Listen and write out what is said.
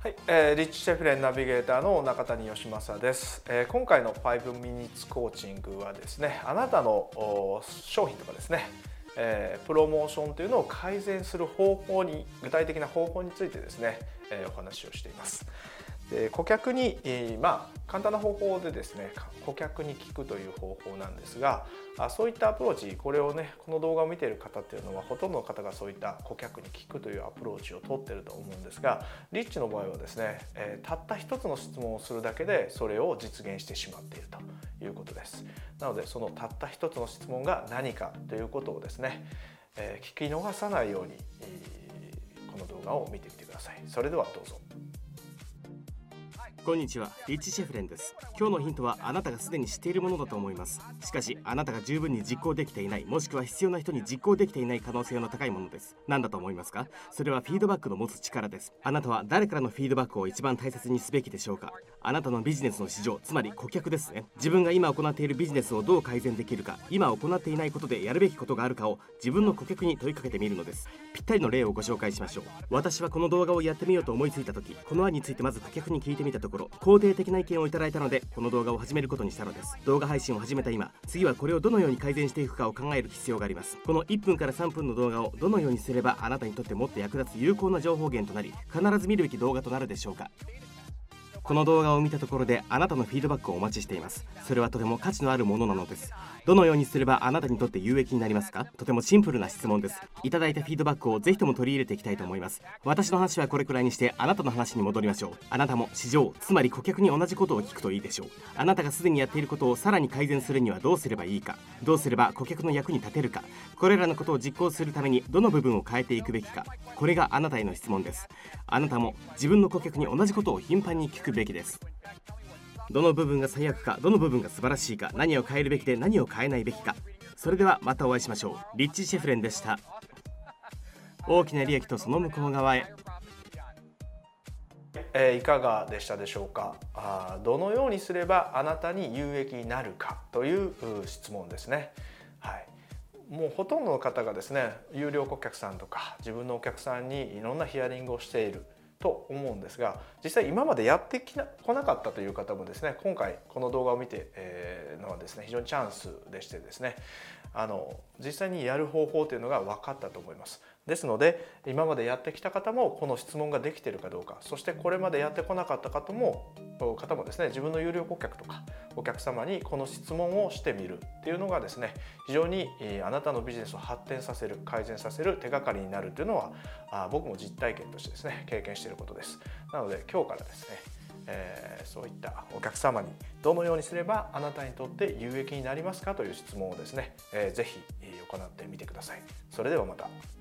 はい、リッチシェフレンナビゲーターの中谷義正です。今回の5 minutes コーチングはですね、あなたの商品とかですね、プロモーションというのを改善する方法に、具体的な方法についてですね、お話をしています。で、顧客に、簡単な方法でですね、顧客に聞くという方法なんですが、そういったアプローチ、これをね、この動画を見ている方っていうのはほとんどの方がそういった顧客に聞くというアプローチを取っていると思うんですが、リッチの場合はですね、たった一つの質問をするだけでそれを実現してしまっているということです。なので、そのたった一つの質問が何かということをですね、聞き逃さないように、この動画を見てみてください。それではどうぞ。 こんにちは、リッチシェフレンです。今日のヒントはあなたがすでに知っているものだと思います。しかしあなたが十分に実行できていない、もしくは必要な人に実行できていない可能性の高いものです。何だと思いますか？それはフィードバックの持つ力です。あなたは誰からのフィードバックを一番大切にすべきでしょうか？あなたのビジネスの市場、つまり顧客ですね。自分が今行っているビジネスをどう改善できるか、今行っていないことでやるべきことがあるかを自分の顧客に問いかけてみるのです。ぴったりの例をご紹介しましょう。私はこの動画をやってみようと思いついた時、この案についてまず顧客に聞いてみたところ、肯定的な意見をいただいたので、この動画を始めることにしたのです。動画配信を始めた今、次はこれをどのように改善していくかを考える必要があります。この1分から3分の動画をどのようにすればあなたにとってもっと役立つ有効な情報源となり、必ず見るべき動画となるでしょうか？この動画を見たところであなたのフィードバックをお待ちしています。それはとても価値のあるものなのです。どのようにすればあなたにとって有益になりますか？とてもシンプルな質問です。いただいたフィードバックをぜひとも取り入れていきたいと思います。私の話はこれくらいにして、あなたの話に戻りましょう。あなたも市場、つまり顧客に同じことを聞くといいでしょう。あなたがすでにやっていることをさらに改善するにはどうすればいいか、どうすれば顧客の役に立てるか、これらのことを実行するためにどの部分を変えていくべきか、これがあなたへの質問です。あなたも自分の顧客に同じことを頻繁に聞くべきです。どの部分が最悪か、どの部分が素晴らしいか、何を変えるべきで何を変えないべきか。それではまたお会いしましょう。リッチシェフレンでした。大きな利益とその向こう側へ。 いかがでしたでしょうか。どのようにすればあなたに有益になるかという質問ですね。はい。もうほとんどの方がですね、有料顧客さんとか自分のお客さんにいろんなヒアリングをしていると思うんですが、実際今までやってこなかったという方もですね、今回この動画を見てのはですね、非常にチャンスでしてですね、実際にやる方法というのが分かったと思います。ですので、今までやってきた方もこの質問ができているかどうか、そしてこれまでやってこなかった方もですね、自分の有料顧客とかお客様にこの質問をしてみるっていうのがですね、非常にあなたのビジネスを発展させる、改善させる手がかりになるというのは、僕も実体験としてですね、経験していることです。なので今日からですね、そういったお客様にどのようにすればあなたにとって有益になりますかという質問をですね、ぜひ行ってみてください。それではまた。